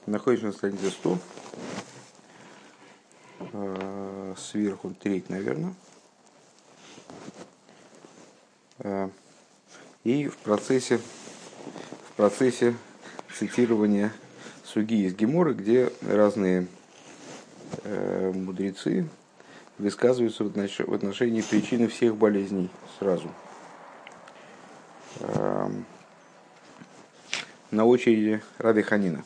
Находишься на странице 100, сверху треть, наверное. И в процессе цитирования суги из Геморы, где разные мудрецы высказываются в отношении причины всех болезней сразу. На очереди Раби Ханина.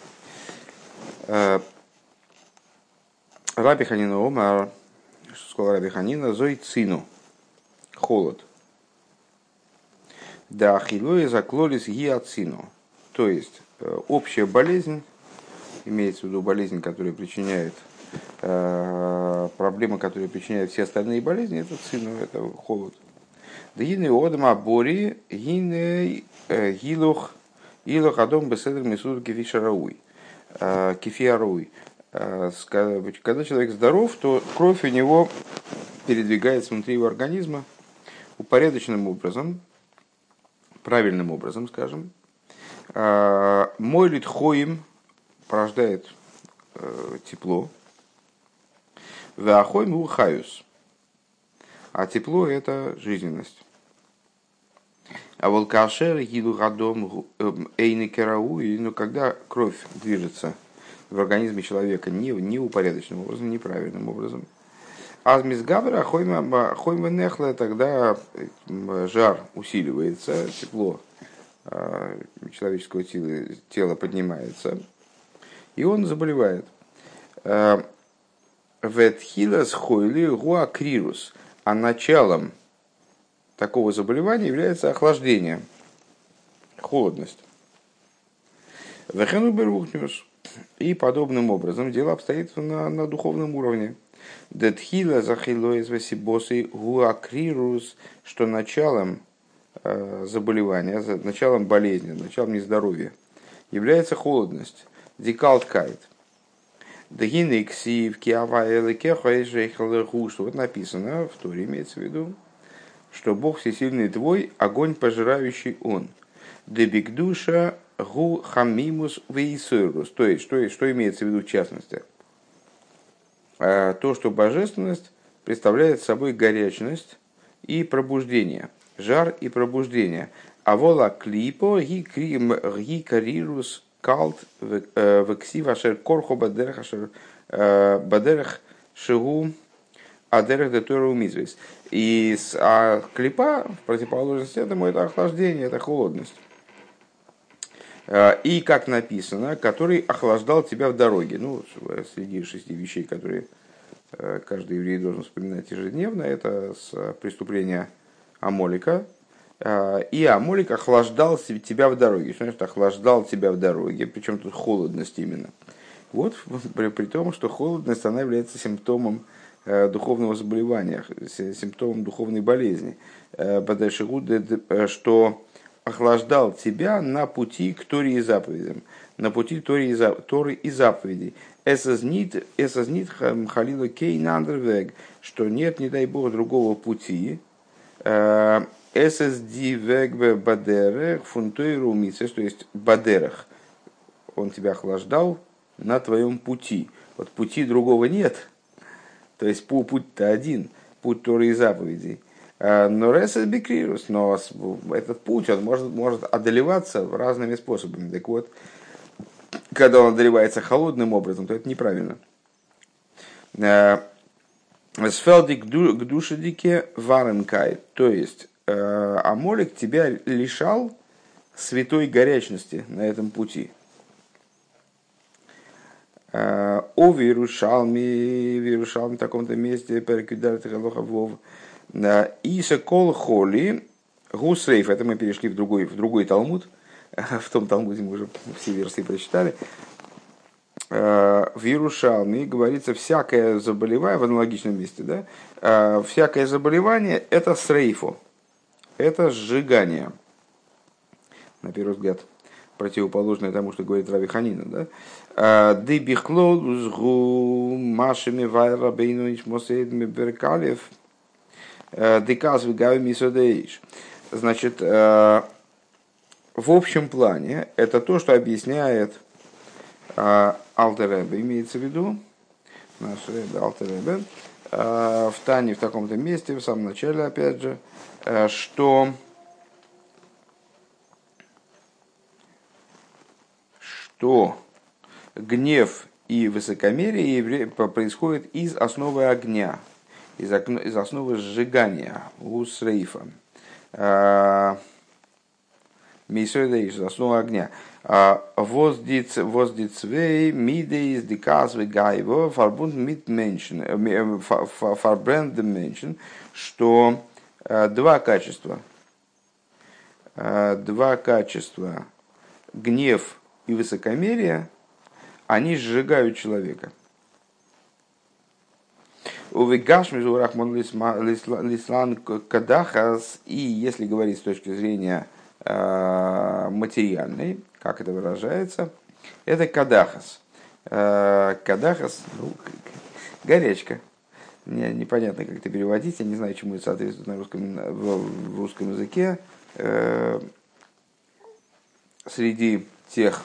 Раби Ханина омар, что сказал Раби Ханина, зой цину, холод. Да ахилуи заклолис гиацину. То есть общая болезнь, имеется в виду болезнь, которая причиняет, проблема, которая причиняет все остальные болезни, это цину, это холод. Да гины одма бори, гины гилух адом беседр мисуд кефишарауй. Кефиаруй. Когда человек здоров, то кровь у него передвигается внутри его организма упорядоченным образом, правильным образом, скажем. Мойлит хоим порождает тепло. Веахойм ухаюс. А тепло – это жизненность. А волкашер гиду гадом эйны керауи, но когда кровь движется в организме человека не упорядоченным образом, неправильным образом, азмизгабра хойма нехла, тогда жар усиливается, тепло человеческого тела поднимается, и он заболевает. Ветхилас хойли гуакрирус, а началом такого заболевания является охлаждение, холодность. Вехену берухнюс. И подобным образом дело обстоит на духовном уровне. Детхила захилоис васибосы гуакрирус, что началом заболевания, началом болезни, началом нездоровья является холодность. Дикалткайт. Дагинексив киаваэлэкехаэжэхэлэху, что вот написано, в Торе имеется в виду, что Бог всесильный твой, огонь пожирающий он. Дебикдуша гу хамимус вейсойрус. То есть, что имеется в виду в частности? То, что божественность представляет собой горячность и пробуждение, жар и пробуждение. А вола клипо ги карирус калт вексив ашер корхо бадерах шигу адерах детору мизвис. И клипа, в противоположность этому, это охлаждение, это холодность. И, как написано, который охлаждал тебя в дороге. Ну, среди 6 вещей, которые каждый еврей должен вспоминать ежедневно, это преступление Амолика. И Амолик охлаждал тебя в дороге. Что значит охлаждал тебя в дороге? Причем тут холодность именно. Вот при том, что холодность, она является симптомом духовного заболевания, симптомом духовной болезни. Что охлаждал тебя на пути к Торе и заповедям, на пути Торы и заповедей. Эсазнит халила кейн андервег, что нет, не дай Бог, другого пути. Эсазди вегбе бадерех фунтойру митсес, то есть бадерех, он тебя охлаждал на твоем пути. Вот пути другого нет, то есть путь-то один, путь Торы и заповедей. Но ресес бикрирус, но этот путь он может одолеваться разными способами. Так вот, когда он одолевается холодным образом, то это неправильно. Сфелдик к душедике варенкай, то есть Амолик тебя лишал святой горячности на этом пути. О Вирушалме в таком-то месте перекидарит галоха вов. Иса кол холи гусрейф. Это мы перешли в другой Талмуд. В том Талмуде мы уже все версии прочитали. В Иерушалме говорится всякое заболевание, в аналогичном месте, да? Всякое заболевание – это срейфо, это сжигание. На первый взгляд, противоположное тому, что говорит Раби Ханина, да? Дебихлол узгу машами вайра бейнуич мосейдми беркалев. Значит, в общем плане это то, что объясняет Алтер Ребе имеется в виду, наш Ребе, Алтер Ребе, в Тане в таком-то месте, в самом начале, опять же, что гнев и высокомерие происходит из основы огня, из основы сжигания, гусрейфа, мейсойдаиш, из основы огня. Воздицвей, мидейс, диказвей, гайво, фарбунд мит меншен, фарбренд меншен, что два качества, гнев и высокомерие, они сжигают человека. И если говорить с точки зрения материальной, как это выражается, это кадахас. Кадахас, горячка. Непонятно, как это переводить, я не знаю, чему это соответствует в русском языке. Среди тех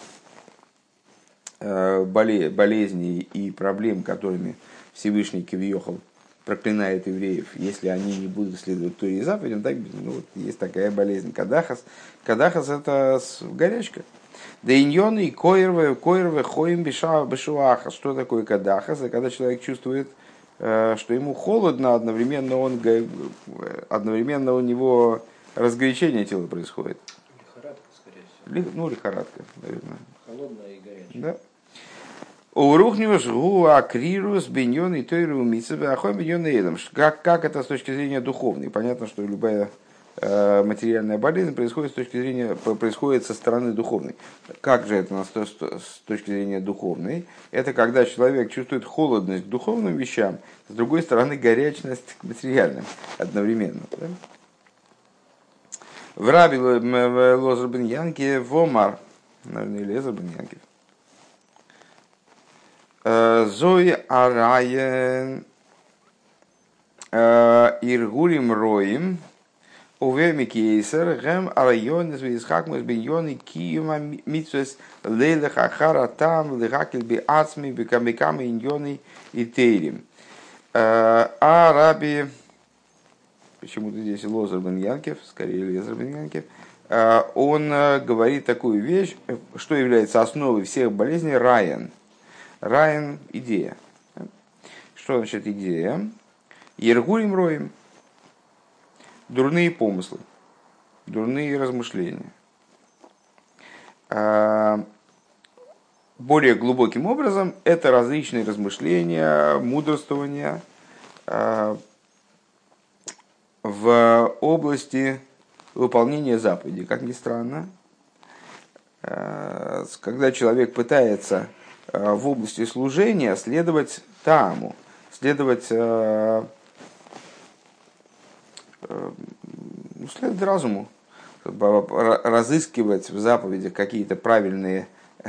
болезней и проблем, которыми Всевышний Кивьехал проклинает евреев, если они не будут следовать Торе и заповедям, так, есть такая болезнь кадахас. Кадахас — это горячка. Дейньоны и койрвы хоим бешуаха. Что такое кадахас? Это когда человек чувствует, что ему холодно, одновременно у него разгорячение тела происходит. Лихорадка, скорее всего. Лихорадка, наверное. Холодная и горячая. Да. Урухнешь гуа крирус биньон и тойру митсве ахой биньон эйдам. Как это с точки зрения духовной? Понятно, что любая материальная болезнь происходит со стороны духовной. Как же это с точки зрения духовной? Это когда человек чувствует холодность к духовным вещам, с другой стороны горячность к материальным одновременно. Да? В Раби Лозер бен Янке Вомар, наверное, Лезер бен Янкев. Зои Араен Иргурим Роим Увеми Кейсер Гем Арайон из Висхакмус Биньони Киюма Митсвес Лейлех Ахара Там Лехакель Би Ацми Бикамикам Иньони и Тейрим. А Раби, почему-то здесь Лозер бен Янкев, скорее Лезер бен Янкев, он говорит такую вещь, что является основой всех болезней — Райан. Райан – идея. Что значит идея? Ергурим роем. Дурные помыслы, дурные размышления. Более глубоким образом это различные размышления, мудрствования в области выполнения заповедей. Как ни странно, когда человек пытается в области служения следовать тааму, следовать разуму, разыскивать в заповедях какие-то правильные,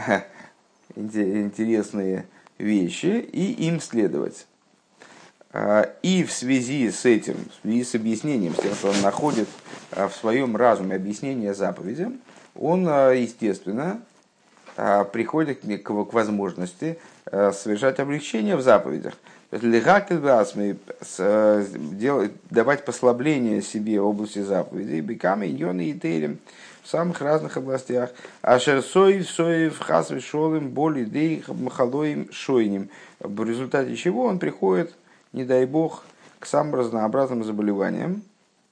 интересные вещи и им следовать. И в связи с этим, в связи с объяснением, с тем, что он находит в своем разуме объяснение заповедям, он, естественно, приходит к возможности совершать облегчение в заповедях. Давать послабление себе в области заповедей, беками, йоны и тейрем в самых разных областях. Ашерсоев, хасве, шолым, боли, дей, махалоим, шойним. В результате чего он приходит, не дай бог, к самым разнообразным заболеваниям.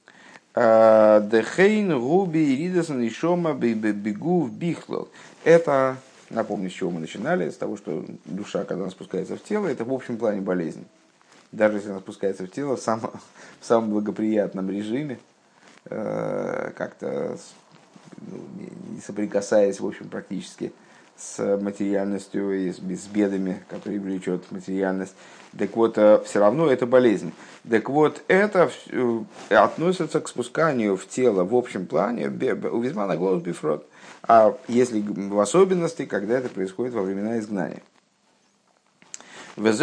Дехейн, губи, иридасан, ишома, бегу в бихлол. Это, напомню, с чего мы начинали, с того, что душа, когда она спускается в тело, это в общем плане болезнь. Даже если она спускается в тело в самом благоприятном режиме, как-то не соприкасаясь, в общем, практически с материальностью и с бедами, которые влечет материальность. Так вот, все равно это болезнь. Так вот, это относится к спусканию в тело в общем плане, у весьма на голос бифрод. А если в особенности, когда это происходит во времена изгнания. И вот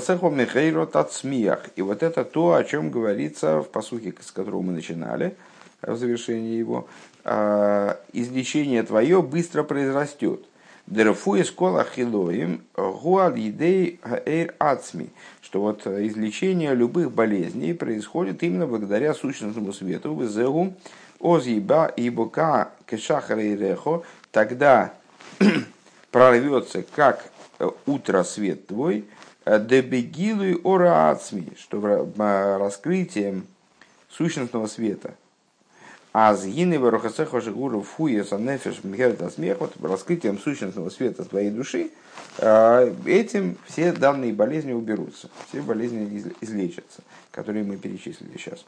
это то, о чем говорится в пасухе, с которого мы начинали, в завершении его. Излечение твое быстро произрастет. Дерфуи скола хилоим гуал идей эйр ацми, что вот излечение любых болезней происходит именно благодаря сущностному свету. Везегу озиба и бока кешахара и рехо, тогда прорвется как утро свет твой, дебегилуй ора ацми, что раскрытием сущностного света. А с гинева рохасеха жигуру фуеса нефеш мгерта смех, вот раскрытием сущностного света твоей души, этим все данные болезни уберутся, все болезни излечатся, которые мы перечислили сейчас.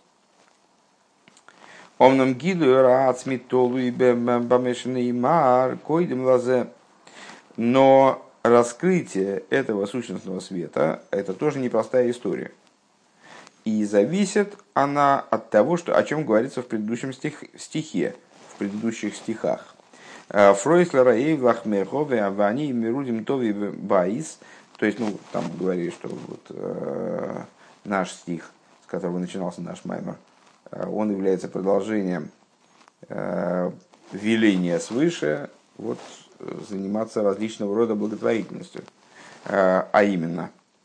Омном гиду раацми толу и бамешный мар койдем лазе. Но раскрытие этого сущностного света – это тоже непростая история. И зависит она от того, что, о чем говорится в предыдущем стихе, в предыдущих стихах. Фройслера ей влахмехове авани мирудим тови баис. То есть, там говорили, что вот, наш стих, с которого начинался наш маймер, он является продолжением веления свыше вот, заниматься различного рода благотворительностью. А именно,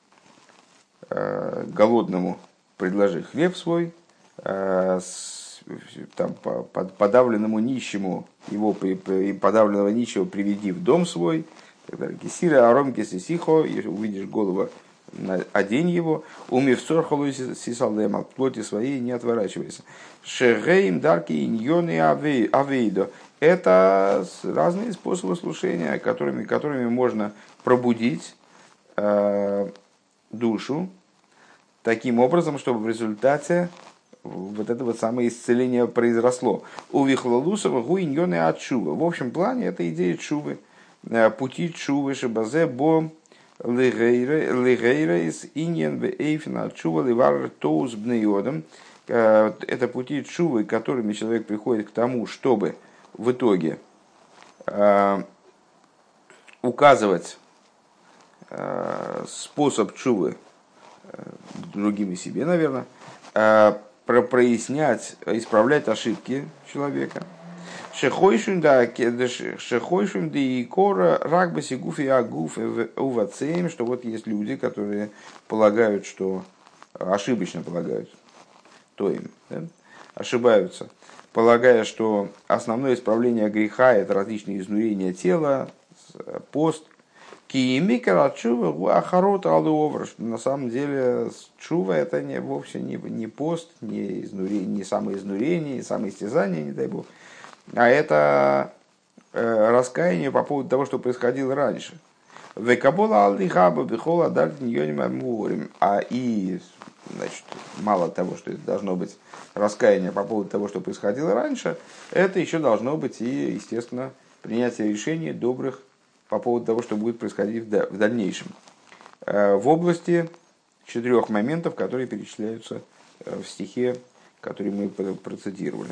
голодному предложи хлеб свой, там, подавленному нищему, его подавленного нищего приведи в дом свой, кисира аромки сисихо, увидишь голову, одень его, умивцор холуй сисалдем, от плоти своей не отворачивайся. Шегейм дарки иньоны авейдо. Это разные способы слушания, которыми можно пробудить душу, таким образом, чтобы в результате вот это вот самое исцеление произросло. У Вихлалусова гуиньоны от шувы. В общем плане это идея шувы, пути шувы, шибазе бо лигейрейс иньен бейфна от шува ливар тоус бнеодом. Это пути шувы, которыми человек приходит к тому, чтобы в итоге указывать способ шувы другим и себе, наверное, прояснять, исправлять ошибки человека. Шехойшун да и кора рагбаси гуфи агуф увацеем, что вот есть люди, которые полагают, что ошибочно полагают, то им, да, ошибаются, полагая, что основное исправление греха это различные изнурения тела, пост. На самом деле чува это вовсе не пост, не самоизнурение, не самоистязание, не дай бог, а это раскаяние по поводу того, что происходило раньше. Значит, мало того, что это должно быть раскаяние по поводу того, что происходило раньше, это еще должно быть и, естественно, принятие решений добрых по поводу того, что будет происходить в дальнейшем. В области 4 моментов, которые перечисляются в стихе, который мы процитировали.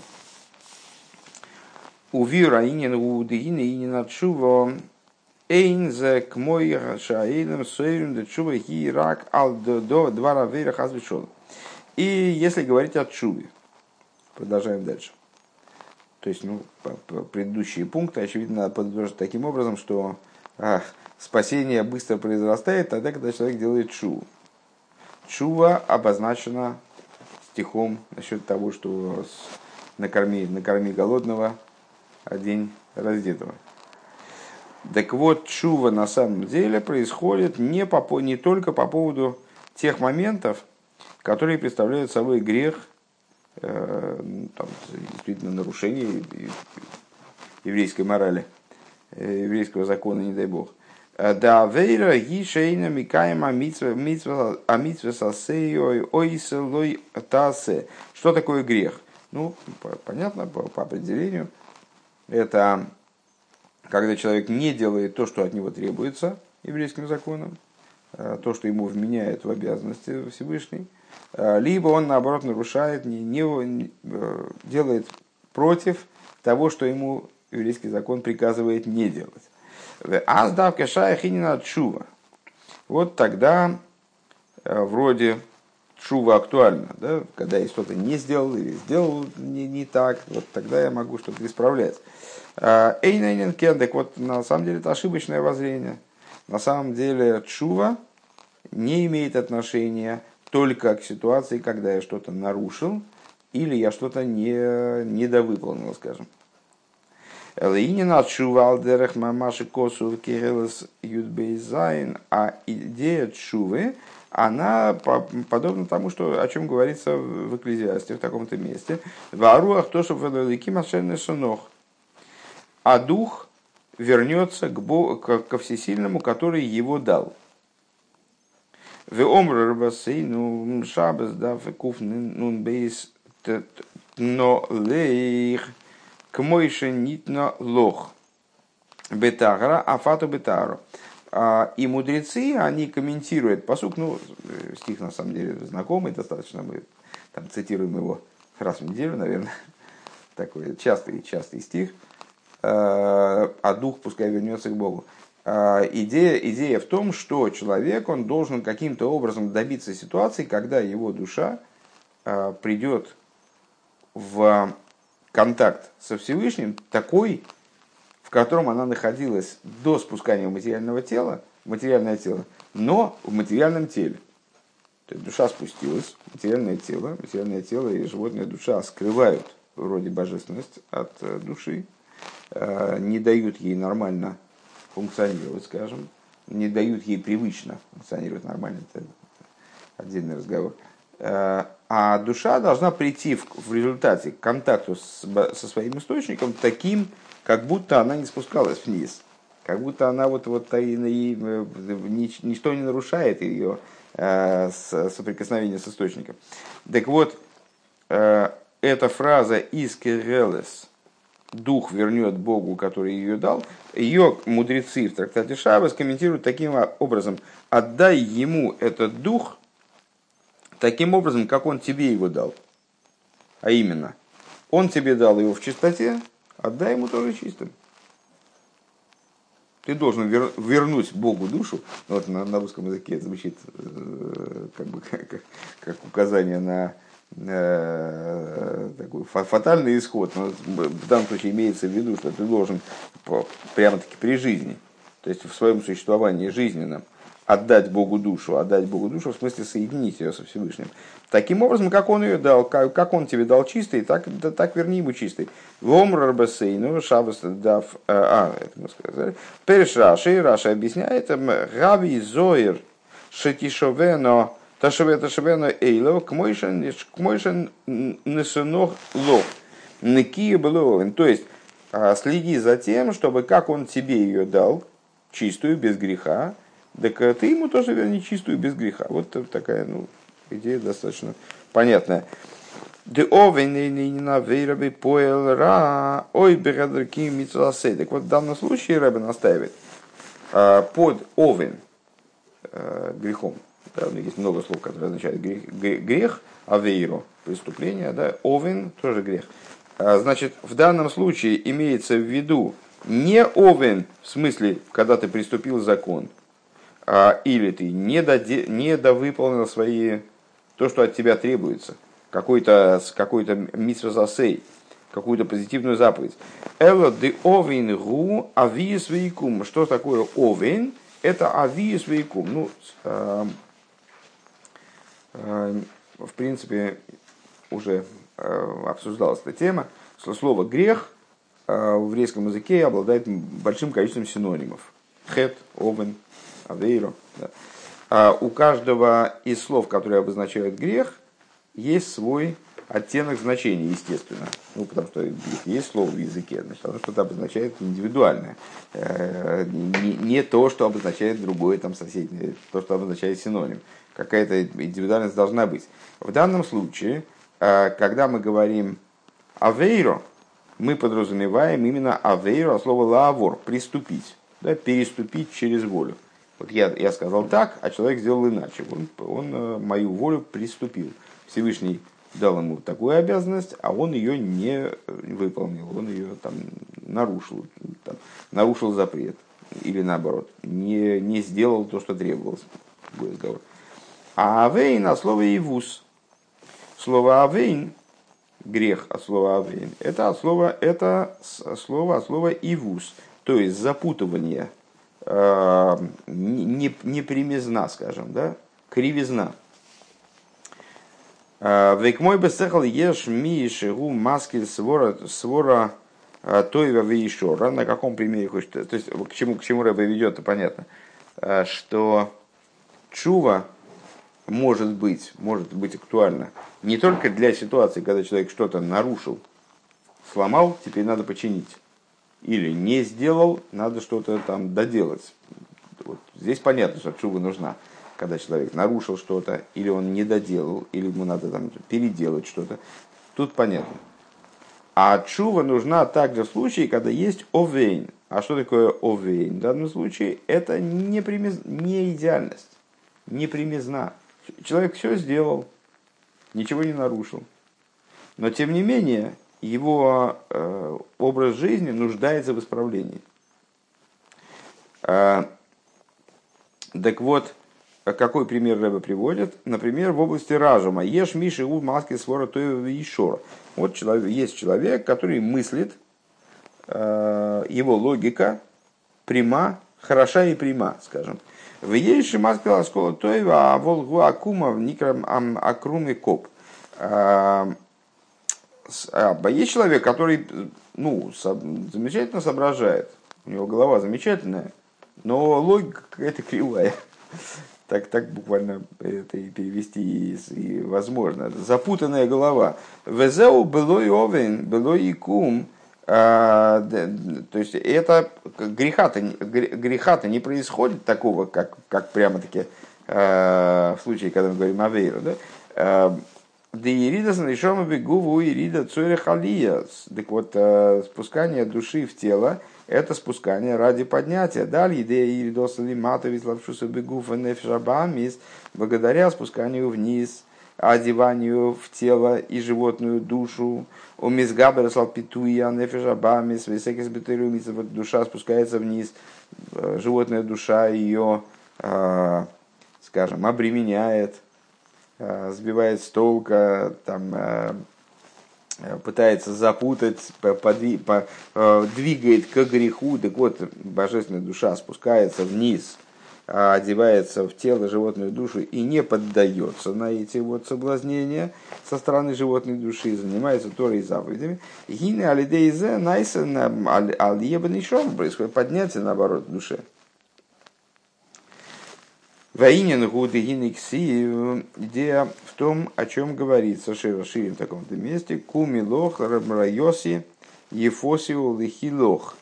Увира инин удыина инин отшува эйнзе к мой шаэйным сойрим дечува хирак ал до двора вейра хазвишол. И если говорить о чуве, продолжаем дальше. То есть, предыдущие пункты, очевидно, надо подытожить таким образом, что спасение быстро произрастает тогда, когда человек делает чуву. Чува обозначена стихом насчет того, что накорми голодного, одень раздетого. Так вот, чува на самом деле происходит не только по поводу тех моментов, которые представляют собой грех, там, действительно нарушение еврейской морали, еврейского закона, не дай бог. Да вейра гишейна микаем амитсва сасеой ойселой тасе. Что такое грех? Понятно, по определению. Это когда человек не делает то, что от него требуется еврейским законом, то, что ему вменяет в обязанности Всевышний, либо он, наоборот, нарушает, делает против того, что ему еврейский закон приказывает не делать. Вот тогда, вроде тшува актуальна, да? Когда я что-то не сделал или сделал не так, вот тогда я могу что-то исправлять. Эйнайнен кендек, вот на самом деле это ошибочное воззрение. На самом деле тшува не имеет отношения только к ситуации, когда я что-то нарушил или я что-то недовыполнил, скажем. А идея тшувы, она подобна тому, о чем говорится в Экклезиасте в таком-то месте. А дух вернется ко всесильному, который его дал. К мойше нитно лох бетагра афату бетару. И мудрецы, они комментируют посук, ну, стих на самом деле знакомый достаточно, мы там цитируем его раз в неделю, наверное, такой частый стих, а дух пускай вернется к Богу. Идея в том, что человек, он должен каким-то образом добиться ситуации, когда его душа придет в контакт со Всевышним такой, в котором она находилась до спускания в материальное тело, но в материальном теле. То есть душа спустилась, материальное тело и животная душа скрывают вроде божественность от души, не дают ей нормально функционировать, скажем, не дают ей привычно функционировать нормально, это отдельный разговор. А душа должна прийти в результате к контакту со своим источником таким, как будто она не спускалась вниз, как будто она ничто не нарушает ее соприкосновение с источником. Так вот, эта фраза «искерелес» дух вернет Богу, который ее дал, ее мудрецы в трактате Шаббос комментируют таким образом: отдай ему этот дух таким образом, как он тебе его дал. А именно, он тебе дал его в чистоте, отдай ему тоже чистым. Ты должен вернуть Богу душу. Вот на русском языке это звучит как указание на такой фатальный исход. Но в данном случае имеется в виду, что ты должен прямо-таки при жизни, то есть в своем существовании жизненном, отдать Богу душу в смысле соединить ее со Всевышним. Таким образом, как он ее дал, как он тебе дал чистый, так верни ему чистый. Вомрарбасейну шабас дав, это мы сказали. Переш Раша объясняет, Рави Зоир шетишовено ташевено эйло к мойшен несунох лов некие было. То есть следи за тем, чтобы как он тебе ее дал, чистую, без греха, так ты ему тоже верни чистую, без греха. Вот такая идея достаточно понятная. Так вот, в данном случае Ребе настаивает под овен, грехом. Да, есть много слов, которые означают грех, авейро, преступление, да, овен тоже грех. Значит, в данном случае имеется в виду не овен, в смысле, когда ты приступил закон, или ты не довыполнил то, что от тебя требуется, какой-то мицва засей, какую-то позитивную заповедь. Эло де овен гу авиес вейкум. Что такое овен? Это авиес вейкум. В принципе, уже обсуждалась эта тема. Слово грех в еврейском языке обладает большим количеством синонимов. Хет, овен, авейро. Да. У каждого из слов, которые обозначают грех, есть свой оттенок значения, естественно. Потому что есть слово в языке, значит, оно что-то обозначает индивидуальное. Не то, что обозначает другое, там, соседнее, то, что обозначает синоним. Какая-то индивидуальность должна быть. В данном случае, когда мы говорим авейро, мы подразумеваем именно авейро, слово лаавор, приступить, да, переступить через волю. Вот я сказал так, а человек сделал иначе. Он мою волю приступил. Всевышний дал ему такую обязанность, а он ее не выполнил, он ее нарушил запрет. Или наоборот, не сделал то, что требовалось. А авейн от слова ивус. Слово авейн, грех от слова авейн, это слово от слова ивус, то есть запутывание, непримизна, скажем, да, кривизна. Век мой бесцехал ешь ми шигу маски свора тойва вейшора. На каком примере хочешь? То есть к чему Рэбе ведет, то понятно, что чува может быть актуально не только для ситуации, когда человек что-то нарушил, сломал, теперь надо починить, или не сделал, надо что-то там доделать. Вот здесь понятно, что чува нужна, когда человек нарушил что-то, или он не доделал, или ему надо там переделать что-то. Тут понятно. А чува нужна также в случае, когда есть овейн. А что такое овейн? В данном случае это не идеальность, не примизна. Человек все сделал, ничего не нарушил. Но тем не менее, его образ жизни нуждается в исправлении. Так вот, какой пример Рэбе приводит? Например, в области разума. Ешь миши у маски свора то и шор. Вот есть человек, который мыслит, его логика пряма, хороша и пряма, скажем. В ейши маски ласкола тойва, а волгу акума в никрам акруме коп. Есть человек, который замечательно соображает, у него голова замечательная, но логика какая-то кривая. Так буквально это и перевести и возможно. Запутанная голова. Везеу былой овен, былой икум. То есть это греха-то не происходит такого, как прямо-таки в случае, когда мы говорим о вейру. Да ирида санишома бегуву ирида цойрехалия. Так вот, спускание души в тело — это спускание ради поднятия. Далее идея иридоса лимата виславшуся бегуфа нефшабамис, благодаря спусканию вниз, одеванию в тело и животную душу. У мизгабера салпитуя нефшабамис висекис бетерумис. Душа спускается вниз, животная душа ее, скажем, обременяет, сбивает с толка, там, пытается запутать, двигает к греху. Так вот, божественная душа спускается вниз, одевается в тело, животную душу и не поддается на эти вот соблазнения со стороны животной души, занимается Торой и заповедями. Гины алидейзе найсен алиебанишом, происходит поднятие, наоборот, в душе. Воинен гуды гинекси, идея в том, о чем говорится Шире в таком-то месте. Куми лох райоси ефосиу лихи лох.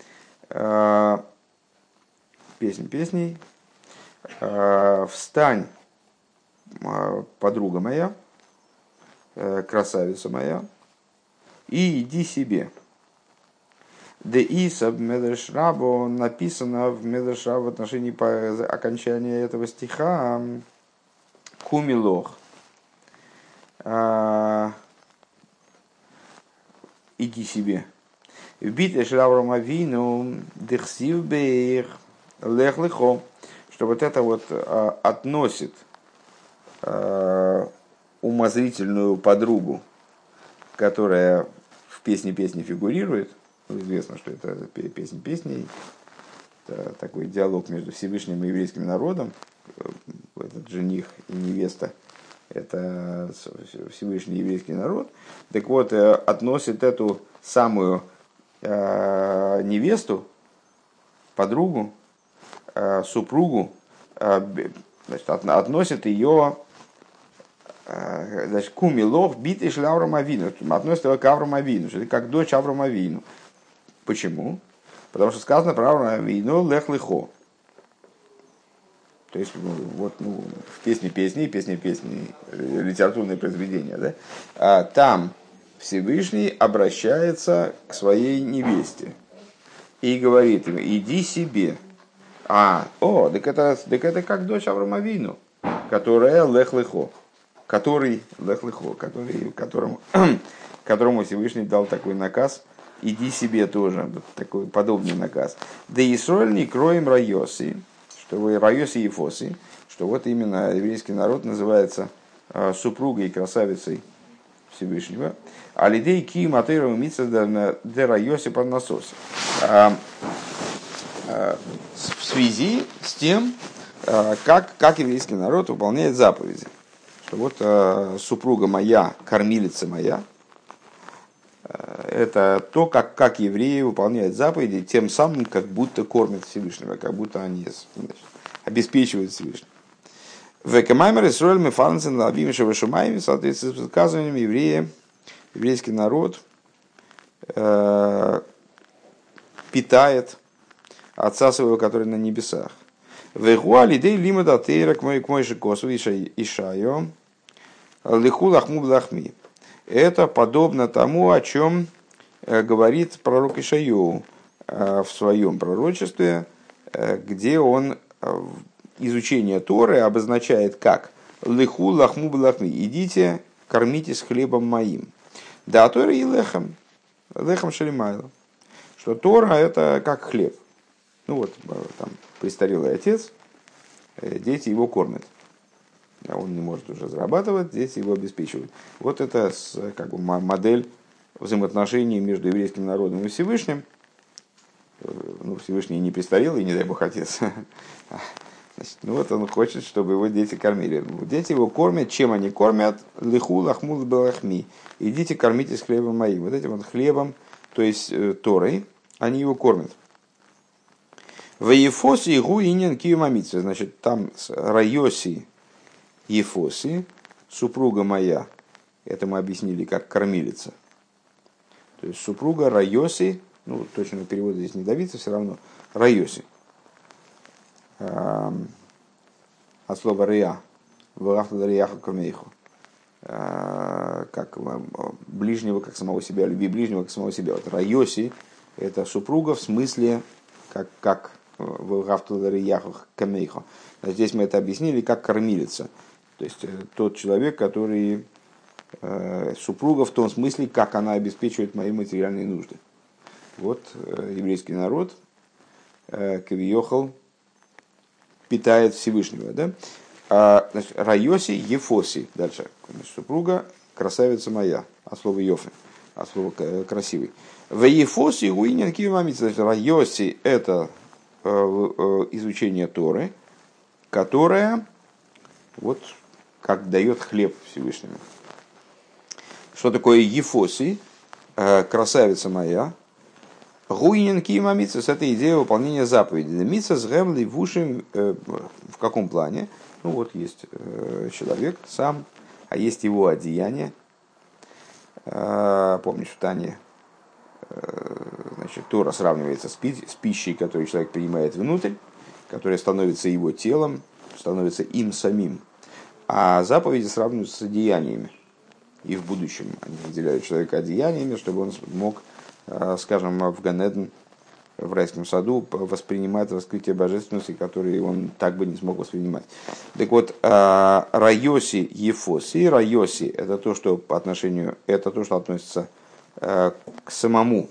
Песнь песней. Встань, подруга моя, красавица моя, и иди себе. Де Иса в Медрешрабо написано в Медрешрабо в отношении окончания этого стиха Кумилох. Иди себе. В битве Шравром Авину Дехсив Бейх Лех Лехо. Что вот это вот относит умозрительную подругу, которая в песне фигурирует. Известно, что это песня песней, это такой диалог между Всевышним и еврейским народом. Этот жених и невеста — это Всевышний еврейский народ. Так вот, относит эту самую невесту, подругу, супругу, значит, относит ее, значит, кумилох битый шли Аврому Авину, относит его к Аврому Авину, что это как дочь Аврому Авину. Почему? Потому что сказано про Аврому Авину лех лехо. То есть, в песне литературное произведение, да? Там Всевышний обращается к своей невесте и говорит ему: иди себе. Так это как дочь Аврому Авину, которая лех лехо, которому Всевышний дал такой наказ: иди себе тоже, такой подобный наказ. Да Исроэль не кроем райоси, что вы Райоси и Фоси, что вот именно еврейский народ называется супругой и красавицей Всевышнего. Алидей ки матейра умица де Райоси под насоси. В связи с тем, как еврейский народ выполняет заповеди. Что вот супруга моя, кормилица моя, это то, как евреи выполняют заповеди, тем самым как будто кормят Всевышнего, как будто они обеспечивают Всевышнего. Векамаймер Исроэль Мефарнсен Лабим Шавашумайми, в соответствии с высказываниями еврейский народ питает Отца своего, который на небесах. Вегуали дей лимада тейра к моей шикосу ишайо лиху лахму блахми. Это подобно тому, о чем говорит пророк Ишайоу в своем пророчестве, где он изучение Торы обозначает как «Лиху лахму блахми» – «Идите, кормитесь хлебом моим». Да, Тора и лехам шалимайло, что Тора – это как хлеб. Ну вот, там престарелый отец, дети его кормят. Он не может уже зарабатывать, дети его обеспечивают. Вот это как бы модель взаимоотношений между еврейским народом и Всевышним. Ну, Всевышний не престарелый, не дай бог отец. Значит, ну вот он хочет, чтобы его дети кормили. Дети его кормят. Чем они кормят? Лиху лахмул балахми. Идите кормитесь хлебом моим. Вот этим вот хлебом, то есть Торой, они его кормят. В Ефосе игу инин киюмамитсве. Значит, там Райоси Ефоси, супруга моя, это мы объяснили как кормилица. То есть супруга Райоси, ну точного перевода здесь не добиться, все равно Райоси. От слова Рия, как ближнего, как самого себя, люби ближнего, как самого себя. Вот Райоси – это супруга в смысле, как здесь мы это объяснили как кормилица. То есть тот человек, который супруга в том смысле, как она обеспечивает мои материальные нужды. Вот еврейский народ, кавиохал, питает Всевышнего. Да? Значит, Райоси Ефоси. Дальше. Значит, супруга красавица моя. От слова Йофи. От слова красивый. В Ефоси уинен кивамица. Райоси это изучение Торы, которое вот как дает хлеб Всевышнему. Что такое Ефоси? Красавица моя. Гуинен кима митцвос – это идея выполнения заповедей. Митцвос гэм ливушим в каком плане? Ну вот есть человек сам, а есть его одеяние. Помнишь, в Тане, значит, Тора сравнивается с пищей, которую человек принимает внутрь, которая становится его телом, становится им самим. А заповеди сравниваются с одеяниями. И в будущем они наделяют человека одеяниями, чтобы он мог, скажем, в Ганеден, в райском саду, воспринимать раскрытие божественности, которые он так бы не смог воспринимать. Так вот, Райоси Ефоси, Райоси – это то, что по отношению, это то, что относится к самому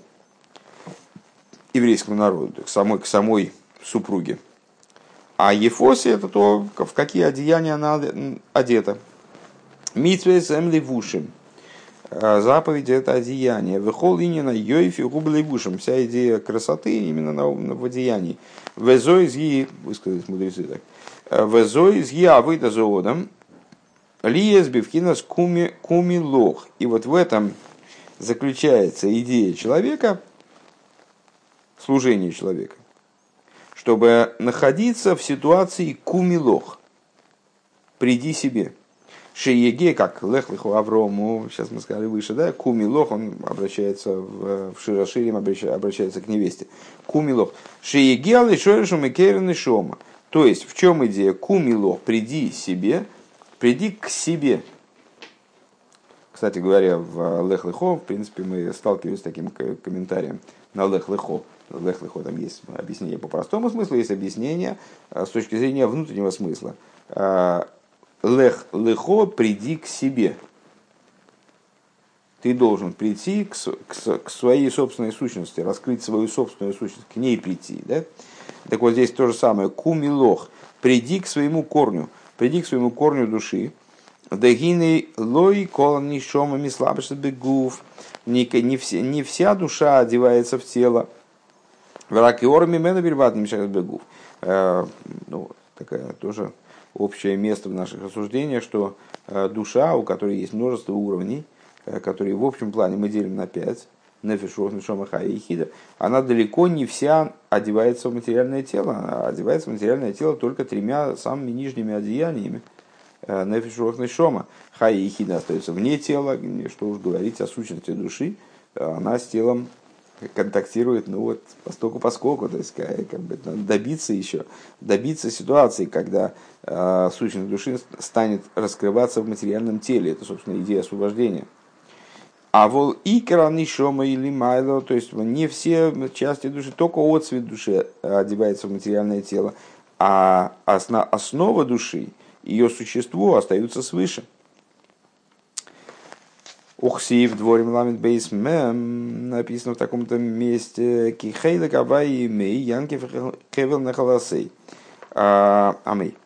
еврейскому народу, к самой супруге. А Ефоси – это то, в какие одеяния она одета. Митвей земли вушим. Заповедь – это одеяние. Вехол инина йойфи гублей вушим. Вся идея красоты именно в одеянии. Везой зги, высказались мудрецы так. Везой зги авыда зоодом. Лиес бивкинас куми лох. И вот в этом заключается идея человека, служение человека, чтобы находиться в ситуации кумилох. Приди себе. Шееге, как лех леху Аврому, сейчас мы сказали выше, да, кумилох, он обращается в Широширим, обращается к невесте. Кумилох. Шееге алишоришу мекерен и шома. То есть, в чем идея? Кумилох, приди себе, приди к себе. Кстати говоря, в Лех Лехо, в принципе, мы сталкивались с таким комментарием на Лех Лехо. В Лех Лехо там есть объяснение по простому смыслу, есть объяснение с точки зрения внутреннего смысла. Лех Лехо, приди к себе. Ты должен прийти к своей собственной сущности, раскрыть свою собственную сущность, к ней прийти. Да? Так вот здесь то же самое. Кумилох. Приди к своему корню души. Дагины лой колони шомами слабышно бегув. Не вся душа одевается в тело. Вракиорами мена бельват мешает бегув. Ну, такая тоже общее место в наших рассуждениях, что душа, у которой есть множество уровней, которые в общем плане мы делим на 5, нефеш, рух, нешама, хая и хида, она далеко не вся одевается в материальное тело, а одевается в материальное тело только 3 самыми нижними одеяниями. Нефеш, рух, нешама, хая и хида остается вне тела, что уж говорить о сущности души, она с телом контактирует, ну вот, поскольку, то есть, как бы, надо добиться ситуации, когда сущность души станет раскрываться в материальном теле. Это, собственно, идея освобождения. А вол икра нишома или майло, то есть не все части души, только отцвет души одевается в материальное тело, а основа души, ее существо остаются свыше. Ухсив дворим ламит бейс мэм, написано в таком-то месте, кихейла кабай мей янки хевел нахаласей. Амей.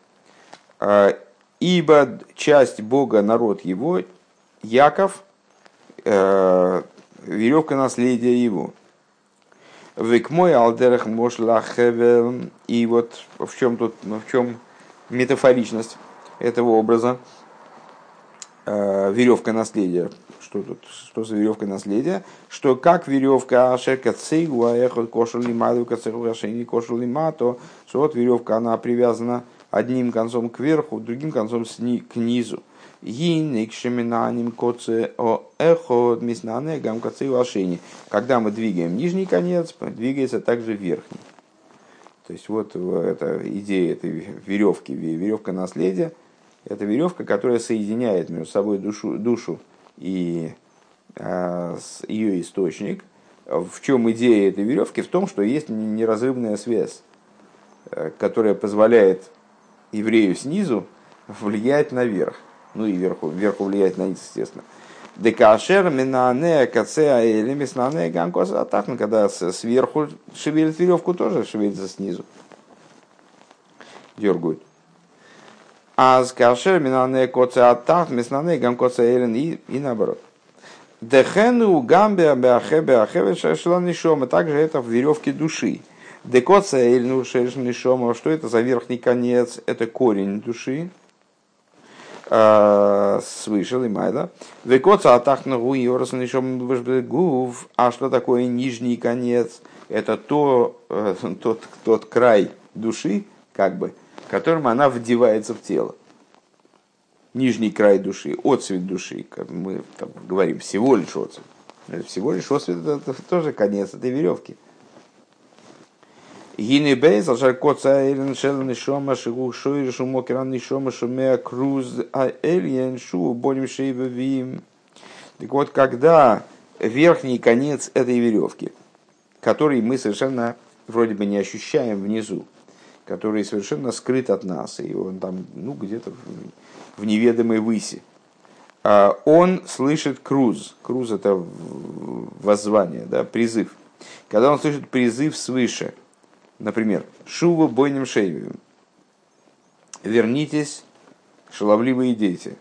Ибо часть Бога, народ его, Яков, веревка наследия его. Век мой алдерах мошла хевел. И вот в чем метафоричность этого образа. Веревка наследия. Что за веревка наследия? Что как веревка ашерка цигуа эхот кошел лимаду кацехуашени кошел лимато, что вот веревка она привязана одним концом кверху, другим концом к низу. Когда мы двигаем нижний конец, двигается также верхний. То есть вот эта идея этой веревки, веревка наследия, это веревка, которая соединяет между собой душу и ее источник. В чем идея этой веревки? В том, что есть неразрывная связь, которая позволяет еврею снизу влиять наверх. Ну и вверху влиять на низ, естественно. Декашер минане кацеа или миснане гамкос атахн, когда сверху шевелит веревку, тоже шевелится снизу. Дергают. А с кашер минане коцеа атахн, миснане гамкос элен и наоборот. Дехену гамбе беахебе ахеве шашла нишома. Также это в веревке души. Декоца эльну шешнишома. Что это за верхний конец? Это корень души. Свыше лимайда. Векоца атахнагу и орасанишом гув. А что такое нижний конец? Это тот край души, как бы, которым она вдевается в тело. Нижний край души, отцвет души, как мы там говорим, всего лишь отцвет. Всего лишь отцвет это тоже конец этой веревки. Гинебейс, алжаркоца элен шелен шома шигу шойр шумокеран шома шумеа круз а эльен шу болим шейбавим. Так вот, когда верхний конец этой веревки, который мы совершенно вроде бы не ощущаем внизу, который совершенно скрыт от нас, и он там, ну, где-то в неведомой выси, он слышит круз. Круз — это воззвание, да, призыв. Когда он слышит призыв свыше, например, «Шува бойним шейвим», «Вернитесь, шаловливые дети».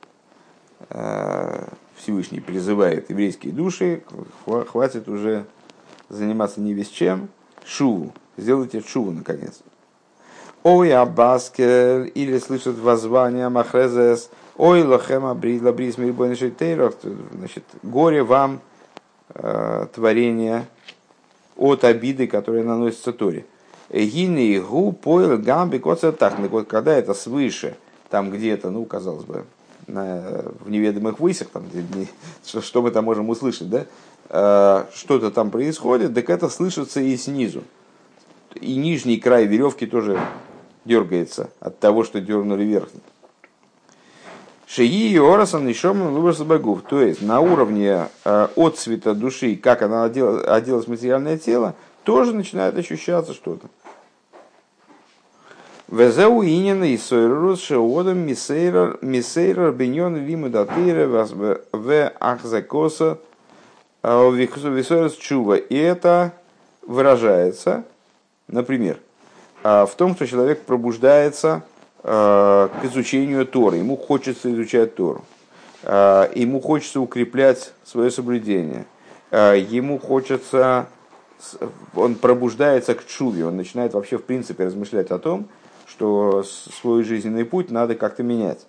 Всевышний призывает еврейские души, хватит уже заниматься не без чем, шуву, сделайте шуву наконец. Ой, абаскер, или слышат воззвание махрезес, ой, лохема бридла бриз мирбойнший тейров, значит, горе вам, творение от обиды, которая наносится Торе. Гини гу поил гамби коца тахны. Вот когда это свыше, там где-то, ну, казалось бы, в неведомых высях, там, что мы там можем услышать, да, что-то там происходит, так это слышится и снизу. И нижний край веревки тоже дергается от того, что дернули верхний. Шии орасан и шоман лубас багув. То есть на уровне отцвета души, как она оделась в материальное тело, тоже начинает ощущаться что-то. Везеу инина и сойрус шеодам мисейрар биньон лимудатыра в ахзакоса висойрус чува. И это выражается, например, в том, что человек пробуждается к изучению Торы, ему хочется изучать Тору, ему хочется укреплять свое соблюдение, ему хочется, он пробуждается к тшуве, он начинает вообще в принципе размышлять о том, что свой жизненный путь надо как-то менять.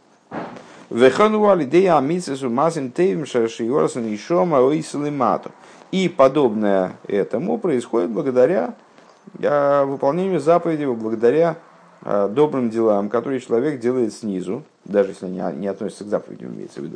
И подобное этому происходит благодаря выполнению заповедей, благодаря добрым делам, которые человек делает снизу, даже если они не относятся к заповедям, имеется в виду.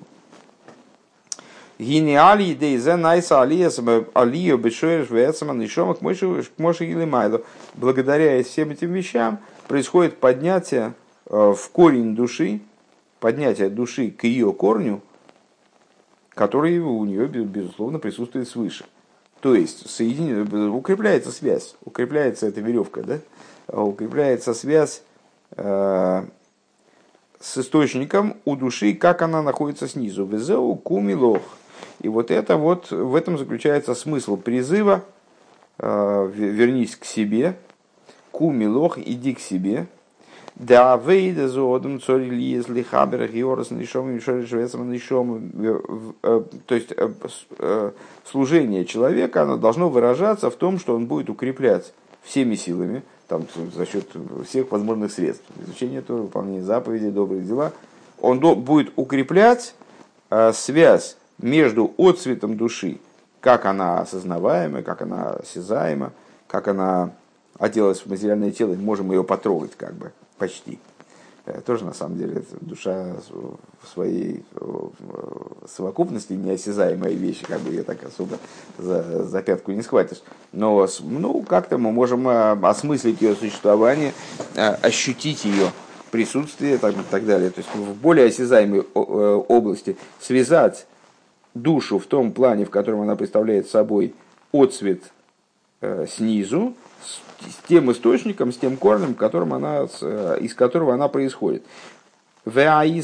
Благодаря всем этим вещам происходит поднятие в корень души, поднятие души к ее корню, который у нее, безусловно, присутствует свыше. То есть укрепляется связь, укрепляется эта веревка, да? Укрепляется связь с источником у души, как она находится снизу. Везеу кумилох. И вот в этом заключается смысл призыва: вернись к себе, кумилох, иди к себе. Да, вейда зодом цори лиезли хаберах йорас нишом мишори швецам нишом. То есть служение человека, оно должно выражаться в том, что он будет укреплять всеми силами, там, за счет всех возможных средств, изучение Торы, выполнение заповедей, добрых дела, он будет укреплять связь между отцветом души, как она осознаваема, как она осязаема, как она оделась в материальное тело, можем ее потрогать, как бы, почти. Тоже, на самом деле, душа в своей совокупности неосязаемая вещь, как бы ее так особо за пятку не схватишь. Но как-то мы можем осмыслить ее существование, ощутить ее присутствие и так далее. То есть в более осязаемой области связать душу в том плане, в котором она представляет собой отцвет снизу, с тем источником, с тем корнем, из которого она происходит. Благодаря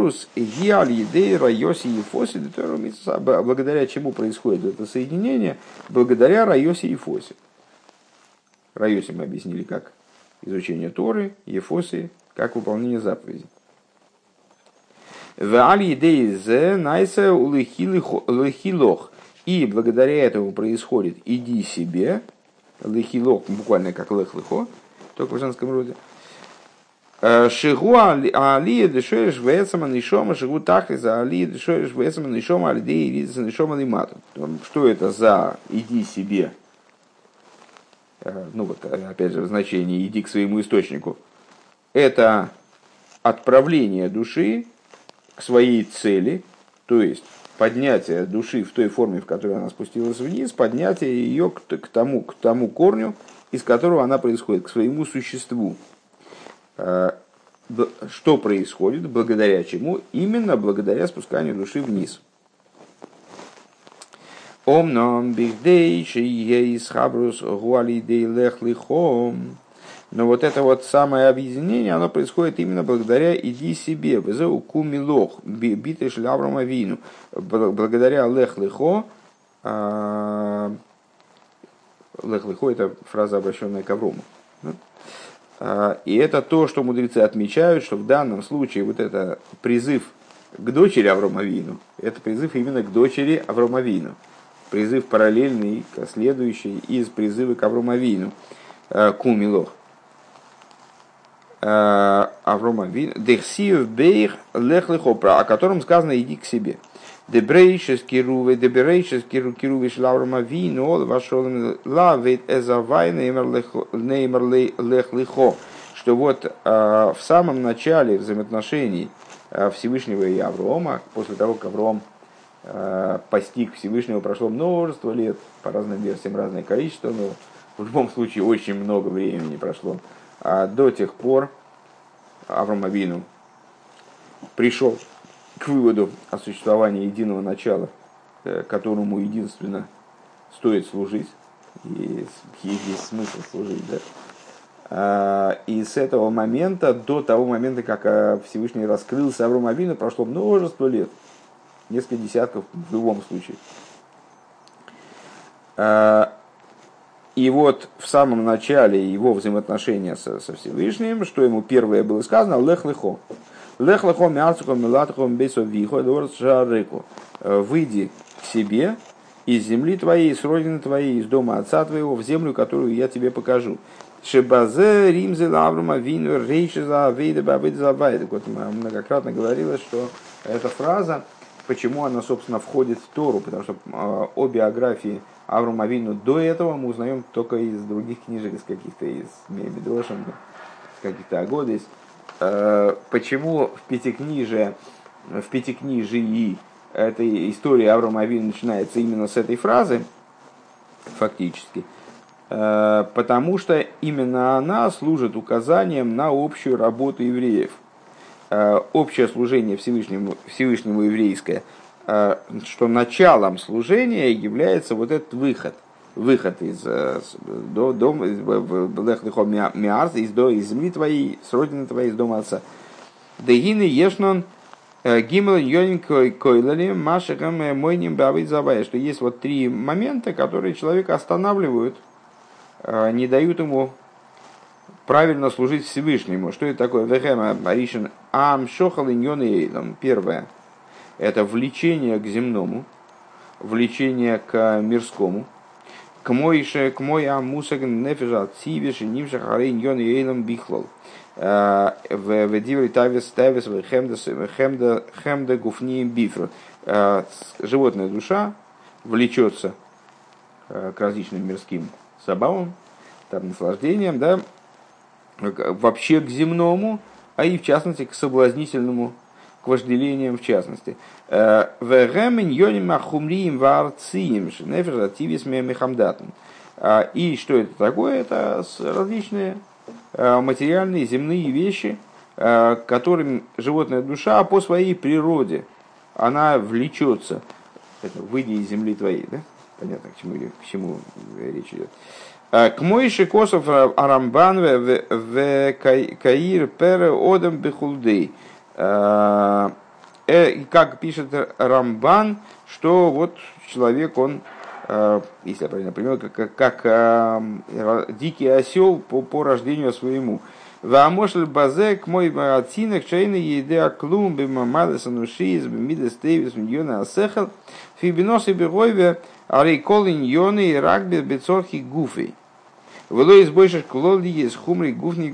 чему происходит это соединение? Благодаря Райосе и Ефосе. Райосе мы объяснили как изучение Торы, Ефосе как выполнение заповедей. И благодаря этому происходит «иди себе», лехилох, буквально как лех-лехо, только в женском роде. Шигу алия дешоеш вецама нишома, шигу тахлиза алия дешоеш вецама нишома, алидей иридза нишома лимату. Что это за «иди себе»? Опять же, в значении «иди к своему источнику». Это отправление души к своей цели, то есть поднятие души в той форме, в которой она спустилась вниз, поднятие ее к тому корню, из которого она происходит, к своему существу. Что происходит, благодаря чему? Именно благодаря спусканию души вниз. Омном бихдей шиейс хабрус гуалидей лех лихом. Но вот это вот самое объединение, оно происходит именно благодаря «иди себе», «везеу кумилох», «битыш лаврама вину», благодаря «лех-лехо». «Лех-лехо» — это фраза, обращенная к Аврому. И это то, что мудрецы отмечают, что в данном случае вот это призыв к дочери Аврома Вину, это призыв именно к дочери Аврома Вину. Призыв параллельный, следующий из призыва к Аврома Вину, кумилох. Аврома Вину, дехсиев бейх лех-лехо, о котором сказано «иди к себе». Дебрейшес кируве, дебрейшес кирувиш лаврома вину, вашолем лавит эзавай неймер лех-лехо. Что вот в самом начале взаимоотношений Всевышнего и Аврома, после того, как Авром постиг Всевышнего, прошло множество лет, по разным версиям разное количество, но в любом случае очень много времени прошло. А до тех пор Авром Авину пришел к выводу о существовании единого начала, которому единственно стоит служить, и есть смысл служить. Да? И с этого момента, до того момента, как Всевышний раскрылся Аврому Авину, прошло множество лет, несколько десятков в любом случае. И вот в самом начале его взаимоотношения со Всевышним, что ему первое было сказано, лех лехо. Лех лехо мяцухо милатухо бесо вихо дворц жарыку. Выйди к себе из земли твоей, с родины твоей, из дома отца твоего, в землю, которую я тебе покажу. Шебазе римзе лаврума вину рейши за вейда бабыд за вайда. Вот многократно говорилось, что эта фраза, почему она, собственно, входит в Тору, потому что о биографии Авраама Авину до этого мы узнаем только из других книжек, из каких-то, из Мидрошем, из каких-то Агодис. Почему в Пятикнижии эта история Авраама Авину начинается именно с этой фразы, фактически, потому что именно она служит указанием на общую работу евреев. Общее служение Всевышнему еврейское, что началом служения является вот этот выход из земли твоей, с родины твоей, из дома отца. Дегины ешнон гимл йонин койлали машехам мойним бавит забая, что есть вот три момента, которые человека останавливают, не дают ему правильно служить Всевышнему. Что это такое? Вехема аришин ам шохал иньон эйлам. Первое — это влечение к земному, влечение к мирскому. К мой амусаг нефежа цивиш нимшах арей иньон эйлам бихлол. В диври тавис тавис хемда гуфнием бифр. Животная душа влечется к различным мирским забавам, там, наслаждениям, да, вообще к земному, а и в частности к соблазнительному, к вожделениям в частности. И что это такое? Это различные материальные земные вещи, которым животная душа по своей природе она влечется. Это выйди из земли твоей, да? Понятно, к чему речь идет. К Мойше Косов Арамбан в Каир Пере Одам Бехулдей. Как пишет Рамбан, что вот человек, он, если я правильно понимаю, как дикий осел по рождению своему. Ваамошль базек мой отцинах чайны еде клум бимамадесан ушиз бимидес тевис миллиона асехал фибинос и бегойве арейколин йоны и рагби бецорхи гуфей. Вело из больше клоли есть хумрый гуфни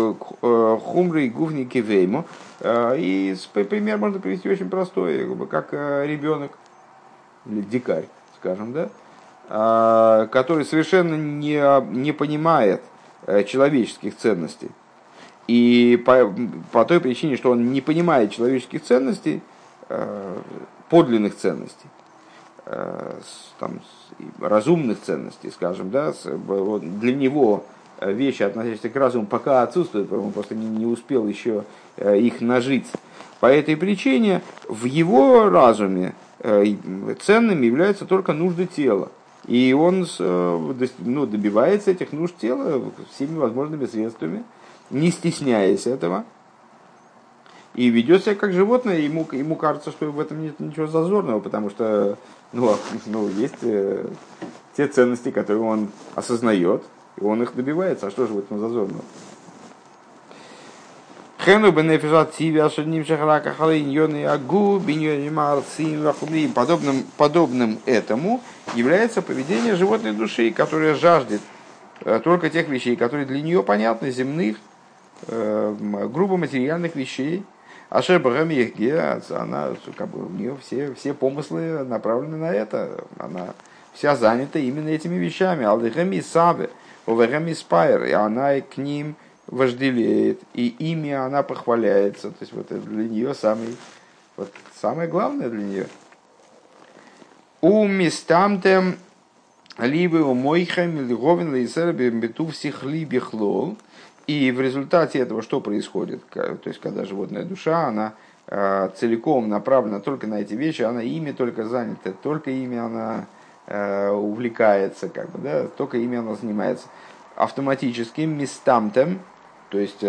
кивеймо. И пример можно привести очень простой, как ребенок или дикарь, скажем, да, который совершенно не понимает человеческих ценностей. И по той причине, что он не понимает человеческих ценностей, подлинных ценностей, там, разумных ценностей, скажем, да, для него вещи, относящиеся к разуму, пока отсутствуют, он просто не успел еще их нажить. По этой причине в его разуме ценными являются только нужды тела. И он добивается этих нужд тела всеми возможными средствами, не стесняясь этого, и ведет себя как животное. Ему кажется, что в этом нет ничего зазорного, потому что есть те ценности, которые он осознает, и он их добивается. А что же в этом зазорного? Подобным этому является поведение животной души, которая жаждет только тех вещей, которые для нее понятны, земных, грубо материальных вещей. Ашер Багамехге, она, у нее все помыслы направлены на это. Она вся занята именно этими вещами. Алдехами Саве, Овехами Спайр, и она к ним вожделеет, и ими она похваляется. То есть вот это для нее самое главное для нее. У мистамтем либо у мойхам лиговин лейсерби бетув сихли бихлол. И в результате этого что происходит? То есть, когда животная душа, она целиком направлена только на эти вещи, она ими только занята, только ими она увлекается, только ими она занимается. Автоматическим местамтем, то есть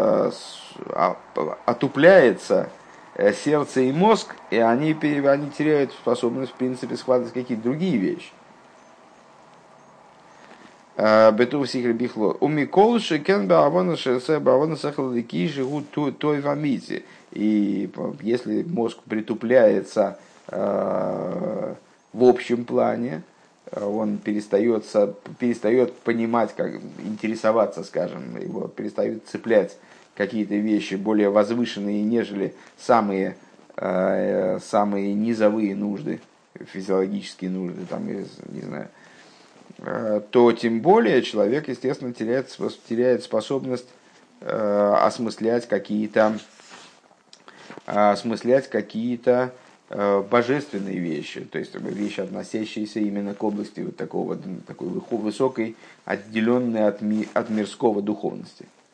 отупляется сердце и мозг, и они теряют способность, в принципе, схватывать какие-то другие вещи. Бету сихр бихло. У Миколши кен баавона шесе баавона сахладыки живут той в амите. И если мозг притупляется в общем плане, он перестает понимать, как интересоваться, скажем, его перестают цеплять какие-то вещи более возвышенные, нежели самые низовые нужды, физиологические нужды, там, не знаю, то тем более человек, естественно, теряет способность осмыслять какие-то божественные вещи, то есть вещи, относящиеся именно к области вот такой высокой, отделенной от мирского духовности.